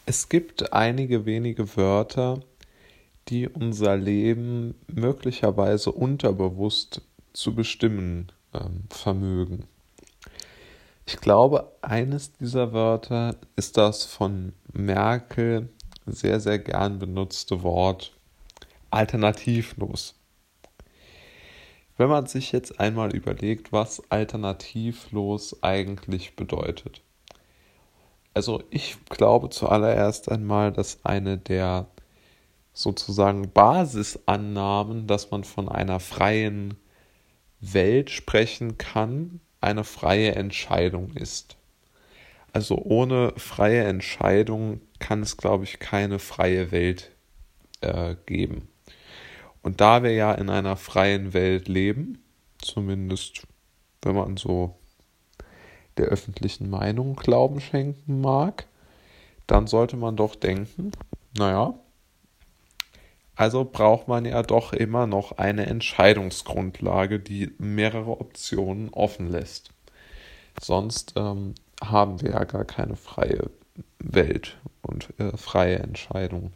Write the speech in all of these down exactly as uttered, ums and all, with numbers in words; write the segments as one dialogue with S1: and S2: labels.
S1: Es gibt einige wenige Wörter, die unser Leben möglicherweise unterbewusst zu bestimmen ähm, vermögen. Ich glaube, eines dieser Wörter ist das von Merkel sehr, sehr gern benutzte Wort alternativlos. Wenn man sich jetzt einmal überlegt, was alternativlos eigentlich bedeutet. Also ich glaube zuallererst einmal, dass eine der sozusagen Basisannahmen, dass man von einer freien Welt sprechen kann, eine freie Entscheidung ist. Also ohne freie Entscheidung kann es, glaube ich, keine freie Welt äh, geben. Und da wir ja in einer freien Welt leben, zumindest wenn man so der öffentlichen Meinung Glauben schenken mag, dann sollte man doch denken, naja, also braucht man ja doch immer noch eine Entscheidungsgrundlage, die mehrere Optionen offen lässt. Sonst ähm, haben wir ja gar keine freie Welt und äh, freie Entscheidung.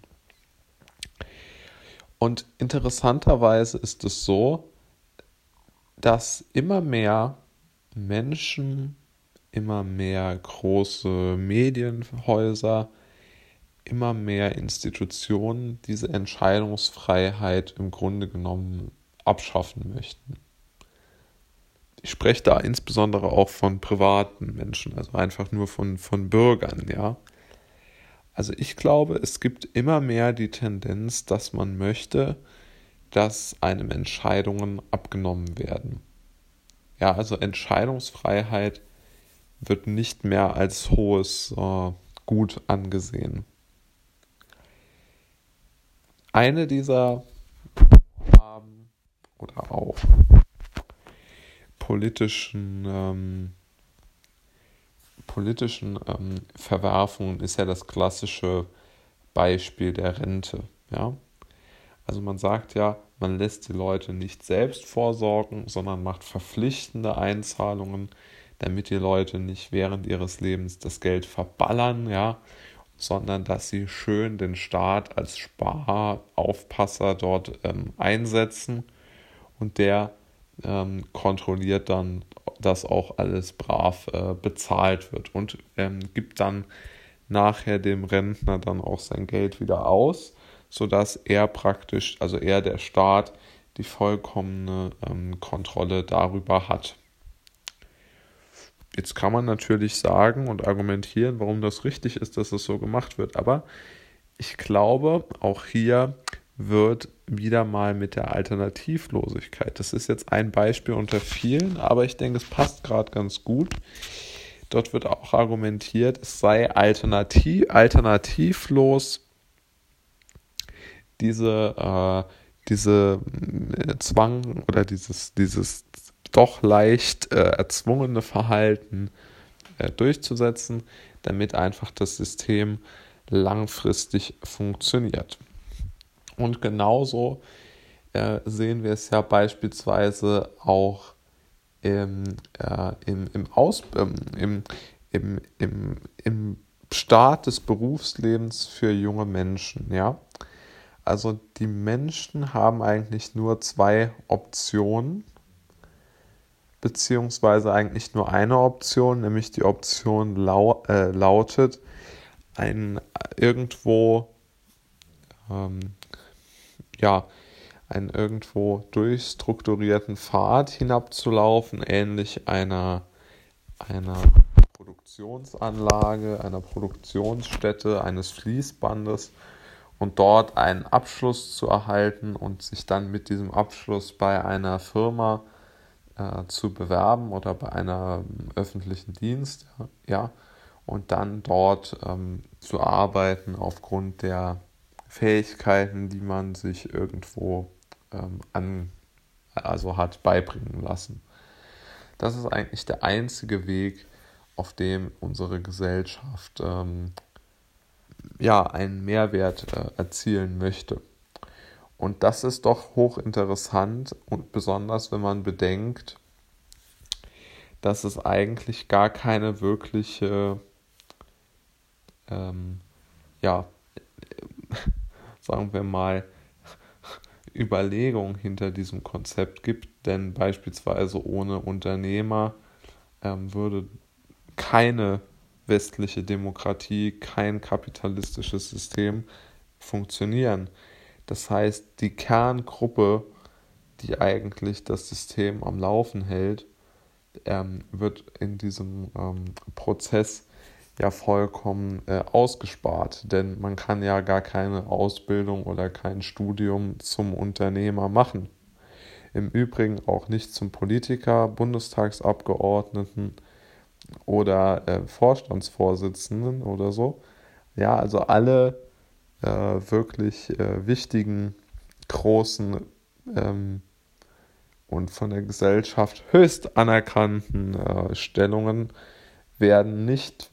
S1: Und interessanterweise ist es so, dass immer mehr Menschen, immer mehr große Medienhäuser, immer mehr Institutionen diese Entscheidungsfreiheit im Grunde genommen abschaffen möchten. Ich spreche da insbesondere auch von privaten Menschen, also einfach nur von, von Bürgern, ja. Also ich glaube, es gibt immer mehr die Tendenz, dass man möchte, dass einem Entscheidungen abgenommen werden. Ja, also Entscheidungsfreiheit wird nicht mehr als hohes äh, Gut angesehen. Eine dieser Farben oder auch politischen ähm, politischen ähm, Verwerfungen ist ja das klassische Beispiel der Rente. Ja? Also man sagt ja, man lässt die Leute nicht selbst vorsorgen, sondern macht verpflichtende Einzahlungen, damit die Leute nicht während ihres Lebens das Geld verballern, ja, sondern dass sie schön den Staat als Sparaufpasser dort ähm, einsetzen und der ähm, kontrolliert dann, dass auch alles brav äh, bezahlt wird und ähm, gibt dann nachher dem Rentner dann auch sein Geld wieder aus, sodass er praktisch, also er, der Staat, die vollkommene ähm, Kontrolle darüber hat. Jetzt kann man natürlich sagen und argumentieren, warum das richtig ist, dass es so gemacht wird. Aber ich glaube, auch hier wird wieder mal mit der Alternativlosigkeit. Das ist jetzt ein Beispiel unter vielen, aber ich denke, es passt gerade ganz gut. Dort wird auch argumentiert, es sei alternativ, alternativlos, diese, äh, diese äh, Zwang oder dieses, dieses doch leicht äh, erzwungene Verhalten äh, durchzusetzen, damit einfach das System langfristig funktioniert. Und genauso äh, sehen wir es ja beispielsweise auch im, äh, im, im, Aus, ähm, im, im, im, im Start des Berufslebens für junge Menschen. Ja? Also die Menschen haben eigentlich nur zwei Optionen, beziehungsweise eigentlich nur eine Option, nämlich die Option lau äh, lautet, ein irgendwo ähm, ja, einen irgendwo durchstrukturierten Pfad hinabzulaufen, ähnlich einer, einer Produktionsanlage, einer Produktionsstätte, eines Fließbandes und dort einen Abschluss zu erhalten und sich dann mit diesem Abschluss bei einer Firma äh, zu bewerben oder bei einer ähm, öffentlichen Dienst, ja, und dann dort ähm, zu arbeiten aufgrund der Fähigkeiten, die man sich irgendwo ähm, an, also hat beibringen lassen. Das ist eigentlich der einzige Weg, auf dem unsere Gesellschaft ähm, ja, einen Mehrwert äh, erzielen möchte. Und das ist doch hochinteressant und besonders, wenn man bedenkt, dass es eigentlich gar keine wirkliche ähm, ja, sagen wir mal, Überlegung hinter diesem Konzept gibt, denn beispielsweise ohne Unternehmer ähm, würde keine westliche Demokratie, kein kapitalistisches System funktionieren. Das heißt, die Kerngruppe, die eigentlich das System am Laufen hält, ähm, wird in diesem ähm, Prozess ja vollkommen äh, ausgespart, denn man kann ja gar keine Ausbildung oder kein Studium zum Unternehmer machen. Im Übrigen auch nicht zum Politiker, Bundestagsabgeordneten oder äh, Vorstandsvorsitzenden oder so. Ja, also alle äh, wirklich äh, wichtigen, großen ähm, und von der Gesellschaft höchst anerkannten äh, Stellungen werden nicht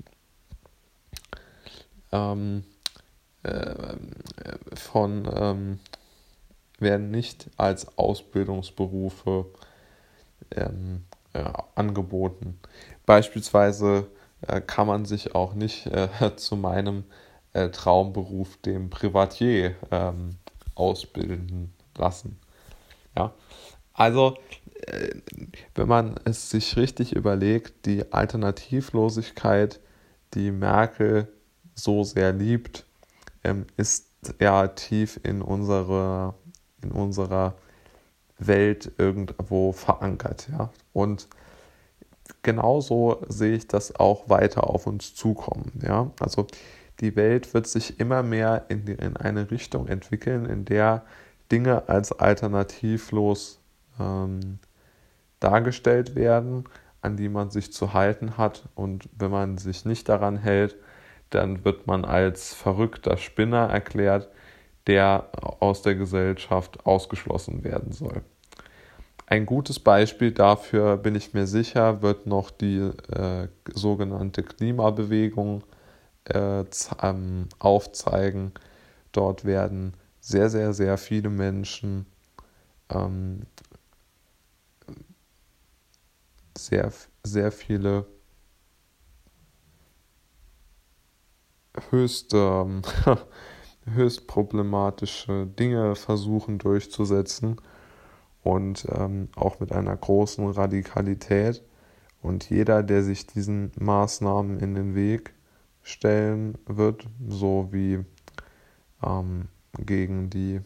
S1: ähm, äh, von ähm, werden nicht als Ausbildungsberufe ähm, äh, angeboten. Beispielsweise äh, kann man sich auch nicht äh, zu meinem äh, Traumberuf, dem Privatier, ähm, ausbilden lassen. Ja? Also, äh, wenn man es sich richtig überlegt, die Alternativlosigkeit, die Merkel so sehr liebt, ähm, ist ja tief in unserer, in unserer Welt irgendwo verankert. Ja? Und genauso sehe ich das auch weiter auf uns zukommen. Ja? Also die Welt wird sich immer mehr in, die, in eine Richtung entwickeln, in der Dinge als alternativlos ähm, dargestellt werden, an die man sich zu halten hat. Und wenn man sich nicht daran hält, dann wird man als verrückter Spinner erklärt, der aus der Gesellschaft ausgeschlossen werden soll. Ein gutes Beispiel dafür, bin ich mir sicher, wird noch die äh, sogenannte Klimabewegung äh, ähm, aufzeigen. Dort werden sehr, sehr, sehr viele Menschen ähm, sehr, sehr viele höchst, ähm, höchst problematische Dinge versuchen durchzusetzen und ähm, auch mit einer großen Radikalität. Und jeder, der sich diesen Maßnahmen in den Weg stellen wird, so wie ähm, gegen die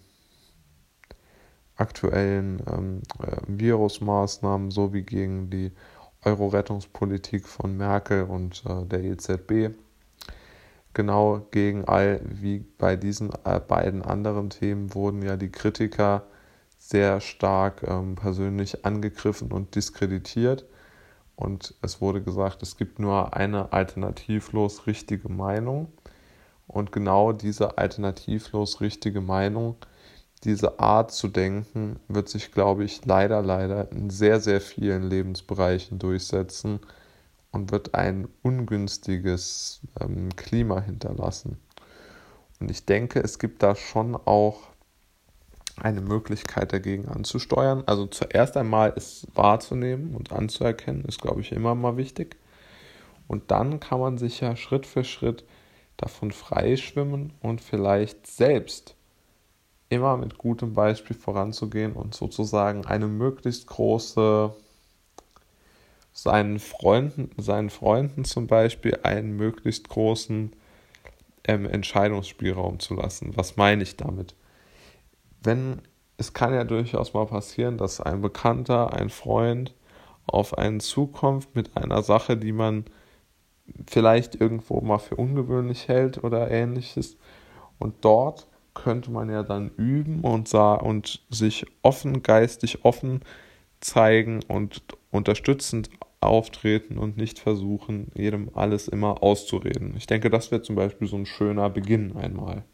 S1: aktuellen ähm, äh, Virusmaßnahmen sowie gegen die Euro-Rettungspolitik von Merkel und äh, der E Z B. Genau gegen all, wie bei diesen äh, beiden anderen Themen, wurden ja die Kritiker sehr stark ähm, persönlich angegriffen und diskreditiert. Und es wurde gesagt, es gibt nur eine alternativlos richtige Meinung. Und genau diese alternativlos richtige Meinung, diese Art zu denken, wird sich, glaube ich, leider, leider in sehr, sehr vielen Lebensbereichen durchsetzen und wird ein ungünstiges ähm, Klima hinterlassen. Und ich denke, es gibt da schon auch eine Möglichkeit dagegen anzusteuern. Also zuerst einmal es wahrzunehmen und anzuerkennen, ist, glaube ich, immer mal wichtig. Und dann kann man sich ja Schritt für Schritt davon freischwimmen und vielleicht selbst immer mit gutem Beispiel voranzugehen und sozusagen eine möglichst große, seinen Freunden, seinen Freunden zum Beispiel einen möglichst großen ähm, Entscheidungsspielraum zu lassen. Was meine ich damit? Wenn, es kann ja durchaus mal passieren, dass ein Bekannter, ein Freund auf einen zukommt mit einer Sache, die man vielleicht irgendwo mal für ungewöhnlich hält oder ähnliches. Und dort könnte man ja dann üben und, sah, und sich offen, geistig offen zeigen und unterstützend auftreten und nicht versuchen, jedem alles immer auszureden. Ich denke, das wäre zum Beispiel so ein schöner Beginn einmal.